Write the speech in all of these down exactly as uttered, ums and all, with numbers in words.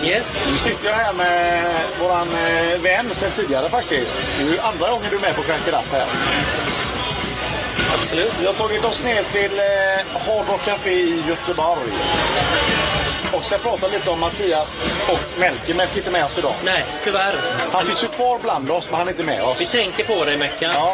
Yes. Nu sitter jag här med våran eh, vän sen tidigare faktiskt. Det är ju andra gången du är med på Crank It Up här. Absolut. Vi har tagit oss ner till eh, Hard Rock Café i Göteborg. Och ska prata lite om Mattias och Melker. Melker är inte med oss idag. Nej, tyvärr. Han finns ju kvar bland oss, men han är inte med oss. Vi tänker på dig, Mecka. Ja.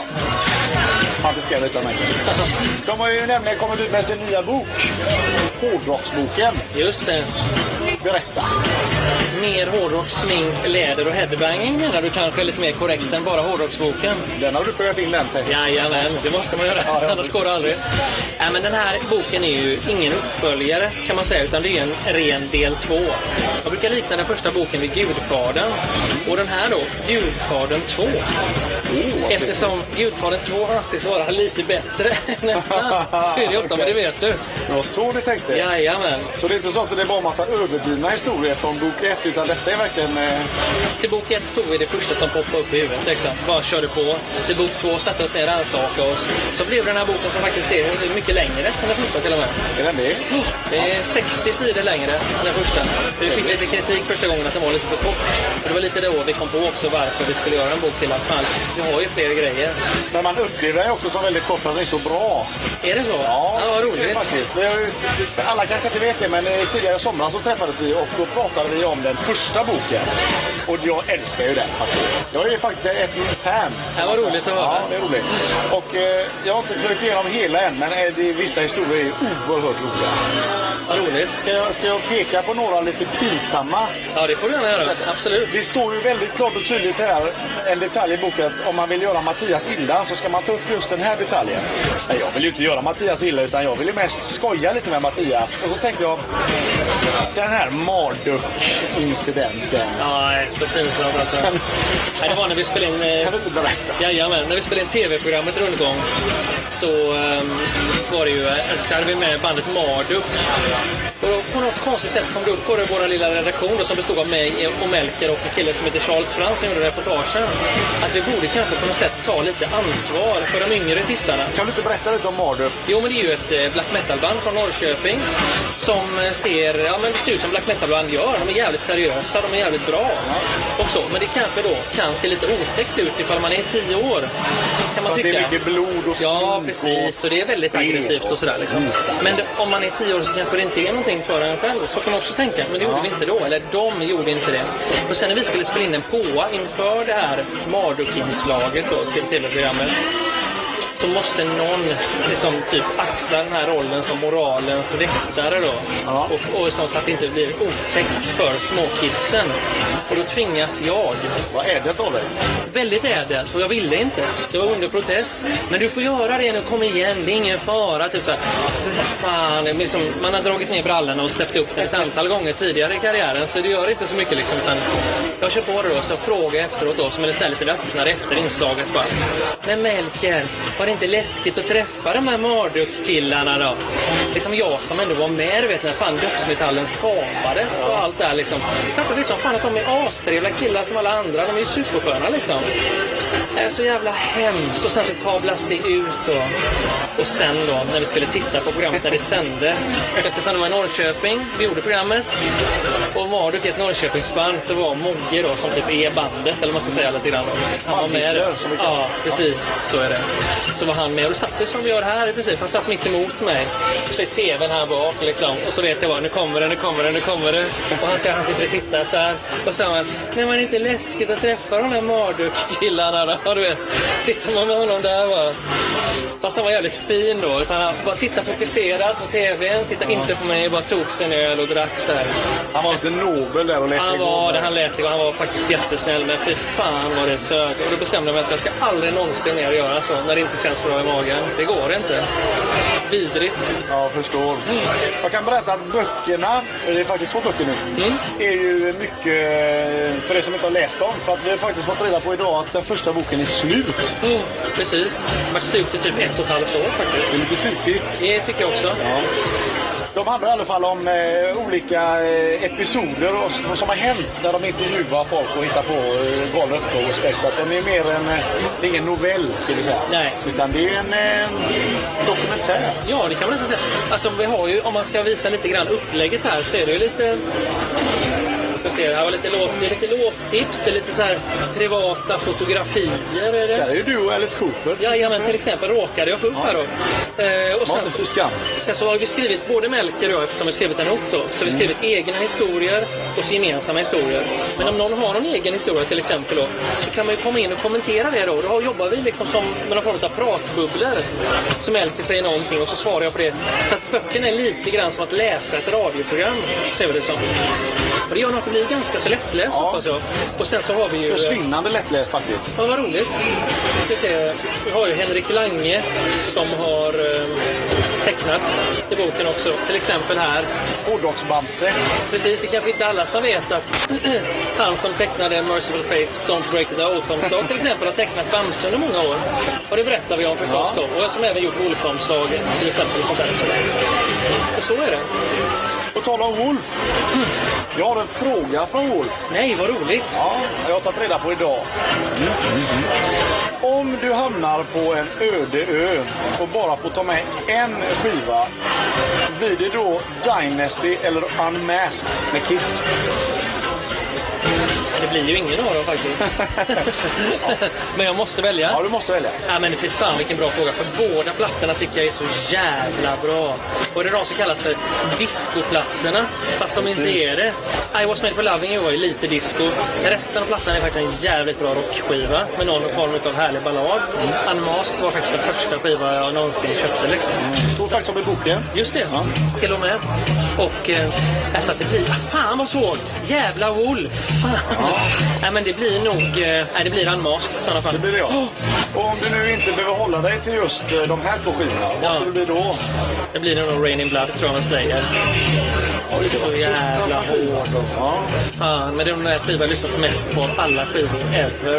Han ser lite av Melker. De har ju nämligen kommit ut med sin nya bok. Hårdrocksboken. Just det. Berätta. Mer hårdrock, smink, läder och headbanging menar du kanske lite mer korrekt än bara hårdrocksboken? Den har du börjat in den till. Jajamän, det måste man göra. Ja, ja. Annars går det aldrig. Ja, men den här boken är ju ingen uppföljare kan man säga, utan det är en ren del två. Jag brukar likna den första boken vid Gudfadern. Och den här då, Gudfadern två. Oh, Eftersom Gudfadern två anses vara lite bättre än ettan, så är det ofta, men det vet du. Det var så du tänkte. Jajamän. Så det är inte så att det är bara en massa överdrivna historier från bok ett, utan detta är verkligen... Eh... Till bok ett tog vi det första som poppade upp i huvudet. Liksom. Bara körde på. Till bok två satte oss ner och rannsakade oss. Så blev den här boken som faktiskt är mycket längre än den första till och med. Är den det? Det är sextio sidor längre än den första. Vi fick lite kritik första gången att den var lite för kort. Det var lite då vi kom på också varför vi skulle göra en bok till. Att man, vi har ju fler grejer. Men man upplever det också som väldigt kort för att den är så bra. Är det så? Ja, ja vad det är roligt. faktiskt. Det är, alla kanske inte vet det, men tidigare i somras så träffades vi och då pratade vi om den första boken. Och jag älskar ju den faktiskt. Jag är faktiskt ett fan. Det var roligt att höra. Ja, det är roligt. Och eh, jag har inte plöjt igenom hela än, men eh, det, vissa historier är oerhört roliga. Vad roligt. Ska jag, ska jag peka på några lite pinsamma? Ja, det får du gärna göra. Absolut. Det står ju väldigt klart och tydligt här, en detalj i boken, att om man vill göra Mattias illa så ska man ta upp just den här detaljen. Nej, jag vill ju inte göra Mattias illa, utan jag vill ju mest skoja lite med Mattias. Och så tänkte jag, den här Marduk-incidenten. Ja, det är så pinsamt alltså. Nej, det var när vi spelade in... Kan du inte berätta? Jajamän, när vi spelade in tv-programmet Rundgång så um, var det ju, så hade vi med bandet Marduk. Och på något konstigt sätt kom det upp på det, vår lilla redaktion då, som bestod av mig och Melker och en kille som heter Charles Frans som gjorde reportagen. Att vi borde kanske på något sätt ta lite ansvar för de yngre tittarna. Kan du inte berätta lite om Marduk? Jo, men det är ju ett eh, black metal-band från Norrköping som eh, ser, ja men det ser ut som black metal-band gör. De är jävligt seriösa, de är jävligt bra. Och så, men det kanske då kan se lite otäckt ut ifall man är tio år. Kan man Fast tycka. det är mycket blod och Ja, smink precis. Och det är väldigt aggressivt och sådär liksom. Men det, om man är tio år så kanske det inte är någonting för en själv. Så kan man också tänka. Men det gjorde vi inte då. Eller de gjorde inte det. Och sen när vi skulle spela in en påa inför det här Marduk-inslaget då till tv-programmet, så måste någon liksom typ axla den här rollen som moralens väktare då. Ja. Och, och som så att det inte blir otäckt för småkidsen. Och då tvingas jag. Vad är det då? Väldigt ädelt, och jag ville inte. Det var under protest. Men du får göra det nu, kom igen, det är ingen fara. Typ så här, fan, liksom, man har dragit ner brallorna och släppt upp det ett antal gånger tidigare i karriären, så det gör inte så mycket liksom. Utan jag kör på det då, så frågar jag efteråt då, som är lite, lite öppnare efter inslaget bara. Men Melker, var det inte läskigt att träffa de här Marduk-killarna då? Liksom jag som ändå var med, vet när fan dödsmetallen skapades och allt där liksom. Klart att liksom, fan att de är astrevliga killar som alla andra, de är ju supersköna liksom. Det är så jävla hemskt. Och sen så kablas det ut då. Och sen då, när vi skulle titta på programmet när det sändes, eftersom det var i Norrköping, vi gjorde programmet, och Marduk ett Norrköpingsband, så var Mogge då, som typ är bandet, eller man ska säga lite grann. Han var med. Ja, precis, så är det. Så var han med, och då satt vi som vi gör här i princip. Han satt mitt emot mig. Så är tvn här bak liksom. Och så vet jag vad, nu kommer det, nu kommer det, nu kommer det. Och han säger, han sitter och tittar så här. Och så sa han, men var det inte läskigt att träffa de här Marduk-killarna då? Och du vet, sitter man med honom där va. Fast han var jävligt fin då. Utan han bara tittade fokuserat på tvn, tittade ja. inte på mig, bara tog sig en öl och drack så här. Han var lite nobel där och lät Han var det, han lät det, han var faktiskt jättesnäll, men fy fan vad det sög. Och då bestämde jag mig att jag ska aldrig någonsin mer göra så när det inte känns bra i magen. Det går inte. Vidrigt. Ja, jag förstår. Mm. Jag kan berätta att böckerna, för det är faktiskt två böcker nu, mm. är ju mycket, för er som inte har läst dem, för att vi har faktiskt fått reda på idag att den första boken är slut. Mm. Precis. Det var slut i typ ett och ett halvt år faktiskt. Det är lite fysiskt. Det tycker jag också. Ja. De handlar i alla fall om eh, olika eh, episoder och, och som har hänt där de intervjuar folk och hittar på eh, galet och spex. Så att de är mer en, eh, det är ingen novell, ska vi säga. Nej. Utan det är en eh, dokumentär. Ja, det kan man nästan säga. Alltså vi har ju, om man ska visa lite grann upplägget här, så är det ju lite... se. Det här var lite låt, det är lite låttips, det är lite så här privata fotografier. Är det? Där är ju du och Alice Cooper. Ja, ja, men till exempel råkade jag få upp Ja. här då. Eh, och sen, Måste för skam. sen så har vi skrivit, både Melker och jag, eftersom vi har skrivit en bok då, så har vi skrivit egna historier och så gemensamma historier. Men om någon har någon egen historia till exempel då, så kan man ju komma in och kommentera det då. Då jobbar vi liksom som med någon form av pratbubblor. Så Melker säger någonting och så svarar jag på det. Så att böckerna är lite grann som att läsa ett radioprogram, ser vi det som. Och det gör nog att det blir ganska så lättläst, Ja. hoppas jag. Och sen så har vi ju... Försvinnande lättläst faktiskt. Ja, vad roligt. Vi, ser, vi har ju Henrik Lange som har eh, tecknat i boken också. Till exempel här. Hårdrocksbamse. Precis, det kanske inte alla som vet att han som tecknade Merciful Fates Don't Break the Oath-omslag till exempel har tecknat Bamse under många år. Och det berättar vi om förstås Ja. då. Och som även gjort Wolf-omslaget till exempel. Och sånt där. Så så är det. Och tala om Wolf. Jag har en fråga från Wolf. Nej, vad roligt. Ja, jag har tagit reda på idag. Om du hamnar på en öde ö och bara får ta med en skiva, blir det då Dynasty eller Unmasked med Kiss? Det blir ju ingen av dem faktiskt. Men jag måste välja. Ja, du måste välja. Ja, men för fan vilken bra fråga. För båda plattorna tycker jag är så jävla bra. Och det är de som kallas för discoplattorna. Fast de inte Precis. är det. I Was Made For Loving You var ju lite disco. Resten av plattan är faktiskt en jävligt bra rockskiva. Med någon form av härlig ballad. Unmasked var faktiskt den första skiva jag någonsin köpte liksom. Står faktiskt om i boken. Just det, Ja. till och med. Och eh, alltså att det blir... Ah, fan vad svårt! Jävla Wolf! Fan! Ja. Nej, men det blir nog... Eh, nej, det blir Unmasked i sådana fall. Det blir det, ja. Oh, Och om du nu inte behöver hålla dig till just eh, de här två skivorna, vad Ja. skulle det bli då? det blir nog Rain in Blood, tror jag man säger. Oj, det Så var tufft jävla alternativ, hårt. alltså. Ja. Fan, men det är den här skivan jag lyssnat mest på av alla skivor ever.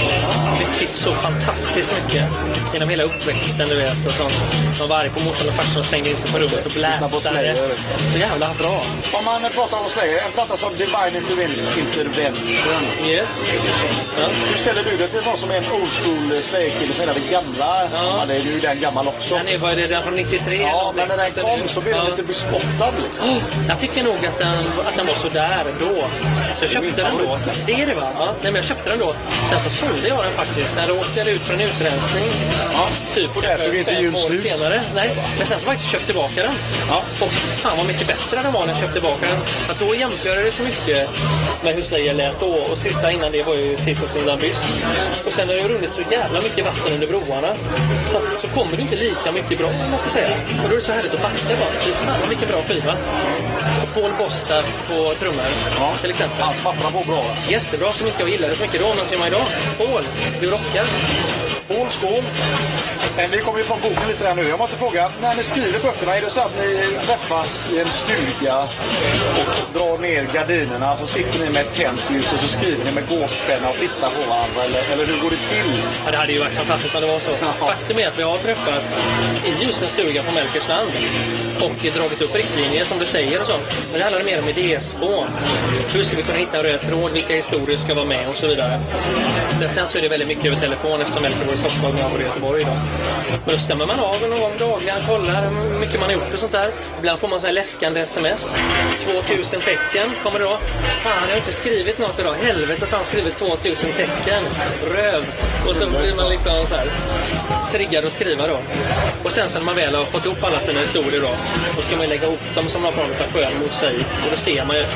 Det betytt så fantastiskt mycket genom hela uppväxten, du vet, och sånt. Man var arg på morsan och farsan och slängde in sig på rummet och Lyssna på blästade. Slayer. Så jävla bra. Om man pratar om Slayer, en platta som Divine Intervention. Intervention. Yes. Ja. Hur ställer du det till sån som är en old school Slayer-kille, så är det gamla? Ja. Ja, det är ju den gammal också. Den är, vad är det, den från nittiotre? eller Ja, någonting, men när den så att kom är- så blev den ja. lite bespottad liksom. Oh, jag tycker nog att den, att den var så där då. Så jag Det är min köpte den då. favorit. Det är det, va? Ja, nej, men jag köpte den då. Sen så sålde jag den faktiskt när det åkte ut för en utrensning. Ja. Typ Och där tog fem intervjun år slut. senare. Nej, men sen så faktiskt köpte jag tillbaka den. Ja. Och fan vad mycket bättre den var när jag köpte tillbaka den. För att då jämförde det så mycket med hur Slayer lät då. Och sista innan det var ju Sisters in the Abyss. Och sen har det ju runnit så jävla mycket vatten under broarna. Så, att, så kommer det inte lika mycket bra, om man ska säga. Och då är det så härligt att backa bara. Fy fan vad mycket bra skiva. Och Paul Bostaff på trummor, Ja. till exempel. Han smattrar på bra. Jättebra, så mycket jag gillade så mycket då. Men ser man idag, Paul, du rockar. Skål, skål. Men vi kommer ju från boken lite här nu. Jag måste fråga, när ni skriver böckerna, är det så att ni träffas i en stuga och drar ner gardinerna, så sitter ni med ett tänt ljus och så skriver ni med gåspenna och tittar på varandra, eller, eller hur går det till? Ja, det hade ju varit fantastiskt om det var så. Ja. Faktum är att vi har träffats i just en stuga på Melkersland och dragit upp riktlinjer som du säger och så. Men det handlar mer om idéspån. Hur ska vi kunna hitta en röd tråd, vilka historier ska vara med och så vidare. Men sen så är det väldigt mycket över telefon eftersom Melker var i Stockholm och jag var i Göteborg idag. Men då stämmer man av någon gång dagligen, kollar hur mycket man har gjort och sånt där. Ibland får man så här läskande sms. tvåtusen tecken kommer det då. Fan, jag har inte skrivit något idag. Helvete, så har han skrivit tvåtusen tecken. Röv. Och så blir man liksom så här triggad att skriva då. Och sen så när man väl har fått ihop alla sina historier då, då ska man lägga ihop dem som någon form av skön mosaik. Och då ser man ju,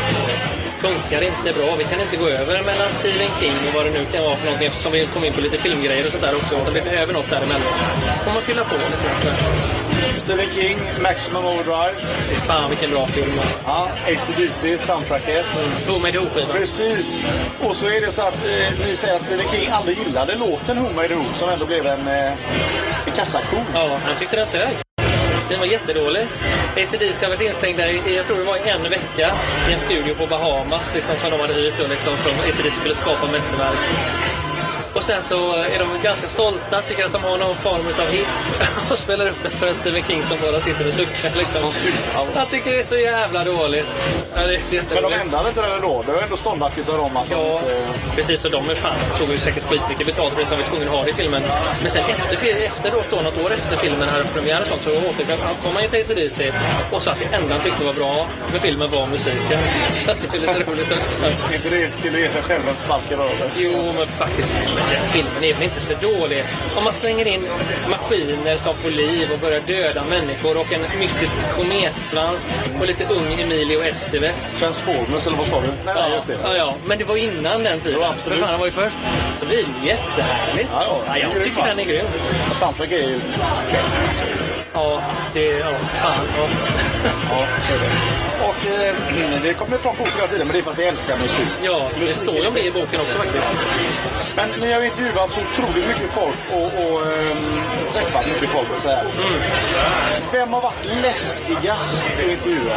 funkar inte bra. Vi kan inte gå över mellan Stephen King och vad det nu kan vara för någonting, eftersom vi kom in på lite filmgrejer och sånt där också. Utan vi behöver något däremellan. Får man fylla på lite grann sådär. Stephen King, Maximum Overdrive. Fan vilken bra film alltså. Ja, A C D C, soundtracket. Who Made Who skivan. Precis. Och så är det så att eh, ni säger att Stephen King aldrig gillade låten Who Made Who, som ändå blev en, eh, en kassakon. Ja, han tyckte den sög. Den var jättedålig. A C D C har varit instängda i, jag tror det var en vecka, i en studio på Bahamas liksom, som de hade hyrt då, liksom, som A C D C skulle skapa mästerverk. Och sen så är de ganska stolta, tycker att de har någon form av hit och spelar upp den för en Stephen King som bara sitter och suckar liksom. Som suckar. Jag tycker det är så jävla dåligt. Ja, det är så Men de ändrade inte den ändå. Det var ändå ståndaktigt av dem att Ja, inte... precis. Och de är fan, tog ju säkert skitmycket betalt för det som var tvungen att ha det i filmen. Men sen efter, efteråt då, något år efter filmen här premiär och sånt, så återkom man ju till A C D C och sa att det enda han tyckte var bra med filmen var musiken. Så att det är lite roligt också. Inte det till att ge sig själv en spark i röven? Jo, men faktiskt, men den filmen är väl inte så dålig. Om man slänger in maskiner som får liv och börjar döda människor och en mystisk kometsvans och lite ung Emilio Estevez. Transformers, eller vad sa du? Nej, Ja, nej, just det. ja, ja, men det var innan den tiden. Ja, absolut. Men fan, han var ju först. Så det är ju jättehärligt. Ja, ja. Ja, jag tycker den är grym. Soundtrack är ju bäst, alltså. Ja, det är... Ja, fan. Ja. Ja, så är det. Och eh, det kommer från boken hela tiden, men det är för att vi älskar musik. Ja, det Musik står ju om det i boken också faktiskt. Men ni har intervjuat så otroligt mycket folk och, och ähm, träffat mycket folk och så här. Mm. Vem har varit läskigast att intervjua?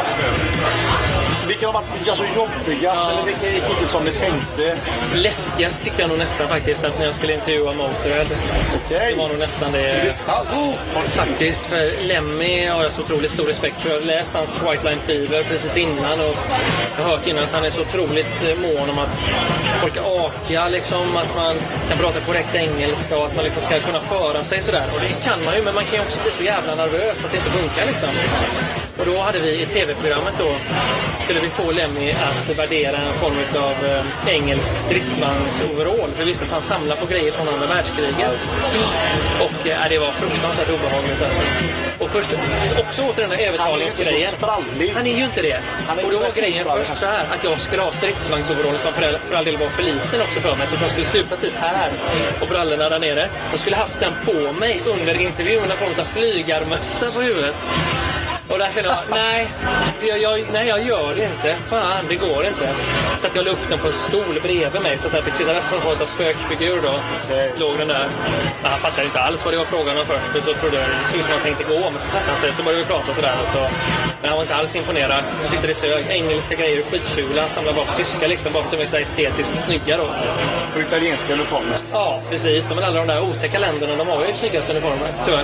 Vilka har varit alltså, jobbigast Ja. eller vilka gick inte som ni tänkte? Läskigast tycker jag nog nästan faktiskt att när jag skulle intervjua Motörhead. Okej. Det var nog nästan det. Är det sant? Oh, faktiskt, för Lemmy har jag så otroligt stor respekt för. Jag har läst hans White Line Fever precis innan och jag har hört innan att han är så otroligt eh, mån om att folk är artiga, liksom, att man kan prata korrekt engelska och att man liksom ska kunna föra sig sådär. Och det kan man ju, men man kan ju också bli så jävla nervös att det inte funkar liksom. Och då hade vi i tv-programmet då, skulle vi få Lemmy att värdera en form av eh, engelsk stridsvagns-overall. För vi visste att han samlar på grejer från andra världskriget. Och eh, det var fruktansvärt obehagligt alltså. Och först också åter den här övertalningsgrejen. Han är inte så sprallig. Han är ju inte det. Han är Och då var inte grejen sprallig. först så här att jag skulle ha stridsvagnsoverall som för all, för all del var för liten också för mig. Så att han skulle sluta typ här och brallorna där nere. Jag skulle haft den på mig under intervjun, en form av flygarmössa på huvudet. Och där kände jag, nej, jag, jag, nej, jag gör det inte. Fan, det går inte. Så att jag la upp den på en stol bredvid mig så att jag fick sitta nästan som en spökfigur då. Okej. Låg den där. Men han fattade inte alls vad det var frågan om först. Och så trodde jag det såg ut som han tänkte gå. Men så satt han sig så började vi prata sådär. Och så. Men han var inte alls imponerad. Jag tyckte det sög. Engelska grejer är skitfula. Han samlade bara på tyska liksom. Bara för att de är så estetiskt snygga då. Och italienska uniformer. Ja, precis. Men alla de där otäcka länderna, de har ju snyggaste uniformer, tyvärr.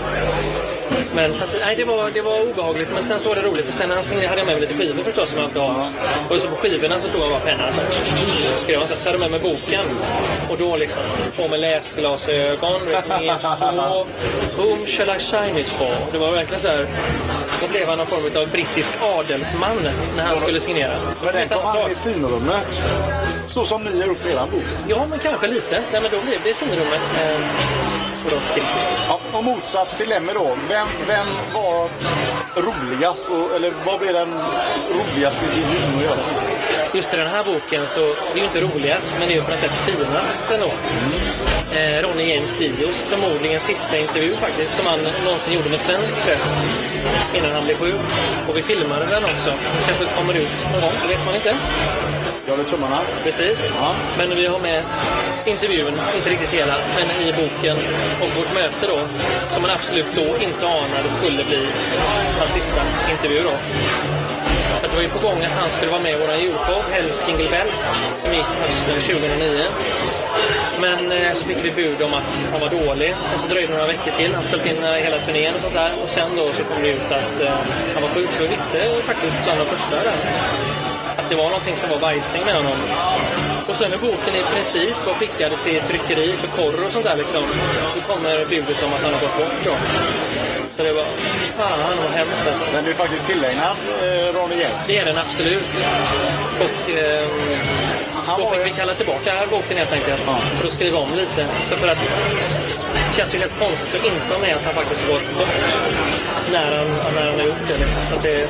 Men så att, nej, det var, det var obehagligt. Men sen så var det roligt, för sen han signerade, hade jag med mig lite skivor förstås som jag inte har. Och så på skivorna så tog jag bara pennan så, skrev han så, så hade jag med mig boken. Och då liksom, på med läsglasögon, vet ni, så, whom shall I sign it for? Det var verkligen så här, då blev han någon form av brittisk adelsman när han skulle signera. Men den kom han han i finrummet. Så som ni har gjort med eran bok. Ja, men kanske lite. Nej, men då blev det finrummet med sådan skrift. Ja, och motsats till Lemmy då. Vem, vem var roligast? Och, eller vad blev den roligaste intervjun att göra? Just i den här boken så det är ju inte roligast, men det är ju på något sätt finast ändå. Mm. Eh, Ronny James Dios, förmodligen sista intervju faktiskt, som han någonsin gjorde med svensk press innan han blev sjuk. Och vi filmade den också. Kanske kommer ut någon gång, det vet man inte. Jag håller tummarna. Precis. Ja. Men vi har med intervjun, inte riktigt hela, men i boken och vårt möte då, som man absolut då inte anade skulle bli hans sista intervju då. Så att det var ju på gång att han skulle vara med i våran julshow, Hells Jingle Bells, som gick hösten tjugohundranio. Men eh, så fick vi bud om att han var dålig. Sen så dröjde det några veckor till. Han ställde in eh, hela turnén och sånt där. Och sen då så kom det ut att eh, han var sjuk. Så vi visste faktiskt bland de första där att det var någonting som var vajsing med honom. Och sen är boken i princip och skickade till tryckeri för korr och sånt där liksom. Då kommer budet om att han har gått bort då. Så det var, fan vad hemskt alltså. Den är ju faktiskt tillägnad eh, Ronny James. Det är den absolut. Och eh, Han då var fick ju- vi kalla tillbaka boken helt enkelt. Ja. För att skriva om lite. Så för att det känns ju helt konstigt att inte ha med att han faktiskt har gått bort när han, när han har gjort det liksom. Så att det,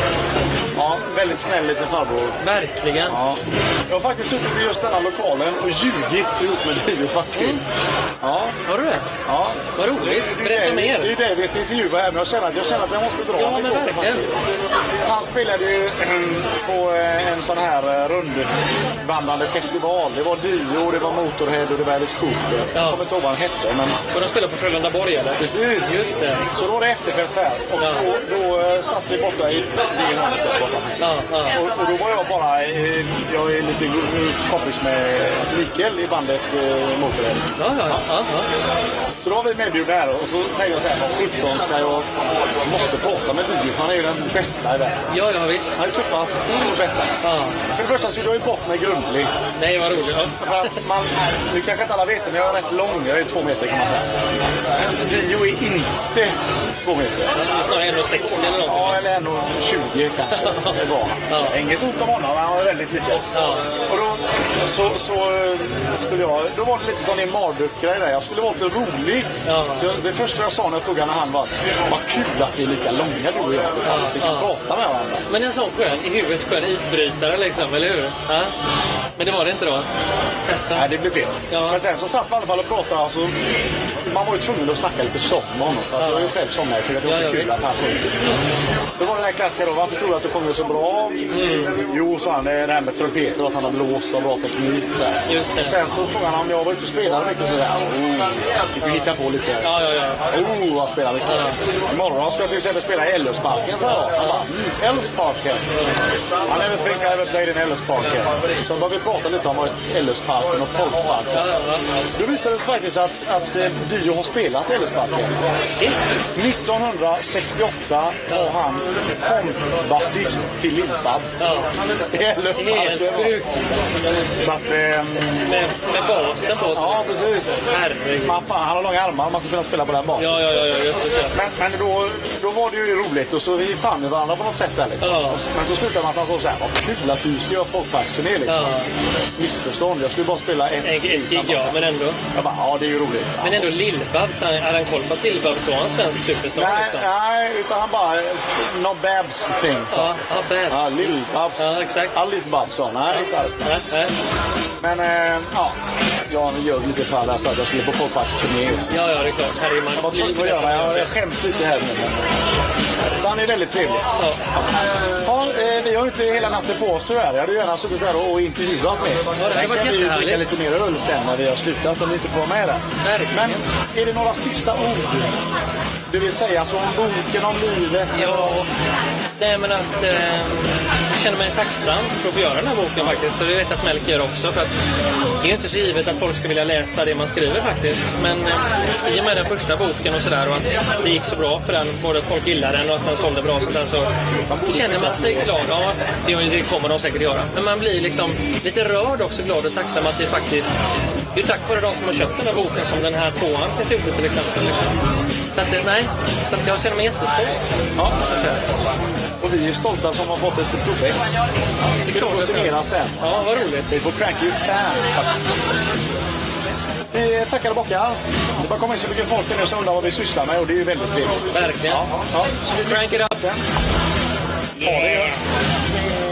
Ja, väldigt snäll liten farbror. verkligen. Ja. Jag har faktiskt suttit i just denna lokalen och ljugit ihop med Dio Fattig. Mm. Ja. Har du det? Ja. Vad roligt. Berätta Det är mer. det är det vi ska intervjua här, men jag känner att jag, känner att jag måste dra Ja, mig men på verkligen. faktiskt. Han spelade ju mm, på eh, en sån här eh, rundvandrande festival. Det var Dio, det var Motorhead och det var Alice Cooper. Ja. Jag kommer inte ihåg vad han hette, men Och de spelar på Frölunda Borg eller? precis. Just det. Så då var det efterfest här och Ja. då, då eh, satt vi borta i det huset där borta. Ja, ja. Och, och då var jag bara, eh, jag är lite kompis med Mikael i bandet eh, Motorhead. Ja, ja, ja, ja. Så då var vi medbjudna här och så tänkte jag så här, vad sjutton ska jag, jag måste prata med Dio, han är ju den bästa i världen. Ja, ja, visst. Han är tuffast och bästa. Ja. För det första så gjorde jag ju bort mig grundligt. Nej, vad roligt. Ja. För att man, nu kanske inte alla vet det, men jag är rätt lång, jag är två meter kan man säga. Dio är inte två meter. Det är snarare en sextio eller någonting. Ja, eller en tjugo kanske. Det var han. Ja. Inget ont om honom, men han var väldigt liten. Ja. Och då så, så skulle jag, då var det lite sån en Marduk-grej där. Jag skulle vara lite rolig. Ja. Så det första jag sa när jag tog han han var, vad kul att vi är lika långa du och jag. Ja. Så vi kan Ja. prata med varandra. Men en sån skön, i huvudet skön isbrytare liksom, eller hur? Ja. Men det var det inte då? Alltså. Nej, det blev fel. Ja. Men sen så satt vi i alla fall och pratade. Alltså, man var ju tvungen att snacka lite sång med honom. För att Ja. jag är ju själv sångare. Jag tycker att det var så Ja, ja, kul att han sjöng. Så var det den här klassiska då. Varför tror du att du sjunger så bra? Mm. Jo, sa han. Det är det här med trumpeter. Att han har blåst och bra teknik. Så här. Just det. Och sen så frågade han om jag var ute och spelade mycket. Så där. Oh, fick vi hitta på lite. Ja, ja, ja. Oh, jag spelar mycket. Imorgon ska jag till exempel spela i Ellersparken, sa jag. Jag bara, mm, Ellersparken. I never think I ever played in Ellersparken. Så började vi prata lite om Ellersparken och folkpark. Ja, ja. Då visade det sig faktiskt att, att eh, Dio har spelat i Ellersparken. nittonhundrasextioåtta var han kompbasist till Lill-Babs Ja. i Ellersparken. Helt sjukt. Så att... Eh, Med, med basen på sig. ja, precis. Herregud. Man, fan, han har långa armar, man ska kunna spela på den basen. Ja, ja, ja, ja, just det. Men, men då, då var det ju roligt och så vi fann ju varandra på något sätt där liksom. Ja. Men så slutade man att han sa så här, vad kul att du ska göra folkparksturné liksom. Ja. Missförstånd, jag skulle bara spela ett Ett ett gig, ja, men ändå. Jag bara, ja det är ju roligt. Ja. Men ändå Lill-Babs, han- hade han koll på att Lill-Babs var en svensk superstar Nej, liksom? nej, utan han bara, no Babs thing. sa Ja, han, liksom. ja, Babs. Ja, Lill-Babs. Ja, exakt. Alice Babs sa han. Nej, inte alls. Nej, nej. Men äh, ja, jag gör lite för det så att jag skulle på folkparksturné. Ja, ja, det är klart. Här är man... Jag var tvungen att göra, jag, jag skäms lite här nu. Så han är väldigt trevlig. Ja. Ja, eh, vi har ju inte hela natten på oss tyvärr. Jag hade gärna suttit där och intervjuat med. det hade varit Sen kan vi ju jättehärligt. dricka lite mer öl sen när vi har slutat om vi inte får vara med där. Verkligen. Men är det några sista ord? Det vill säga alltså om boken, om livet? Ja, nej men att eh, jag känner mig tacksam för att få göra den här boken faktiskt. För det vet jag att Melker gör också. För att det är ju inte så givet att folk ska vilja läsa det man skriver faktiskt. Men eh, i och med den första boken och sådär och att det gick så bra för den, både folk gillar den och att den sålde bra sånt där, så känner man sig glad. Ja, det, det kommer de säkert göra. Men man blir liksom lite rörd också, glad och tacksam att det faktiskt, det är tack vare de som har köpt den här boken som den här tvåan finns ute till exempel. Liksom. Så att, nej, så att jag känner mig jättestolt. Ja, Så att säga. och vi är stolta som har fått ett provex. Det ska du få signera sen. Ja, vad roligt. Det är på Cranky Fan faktiskt. Vi tackar och bockar. Det bara kommer in så mycket folk nu som undrar vad vi sysslar med och det är ju väldigt trevligt. Verkligen. Ja, ja. Så vi Crank it up. den. Ja, det gör.